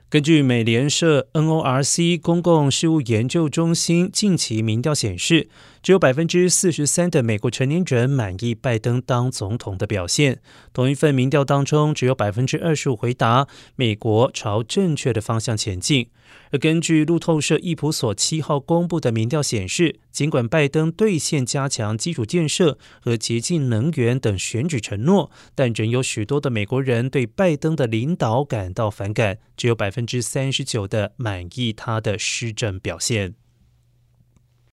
根据美联社 NORC 公共事务研究中心近期民调显示，只有 43% 的美国成年人满意拜登当总统的表现。同一份民调当中，只有 25% 回答美国朝正确的方向前进。而根据路透社易普所7号公布的民调显示，尽管拜登兑现加强基础建设和洁净能源等选举承诺，但仍有许多的美国人对拜登的领导感到反感，只有 39% 的满意他的施政表现。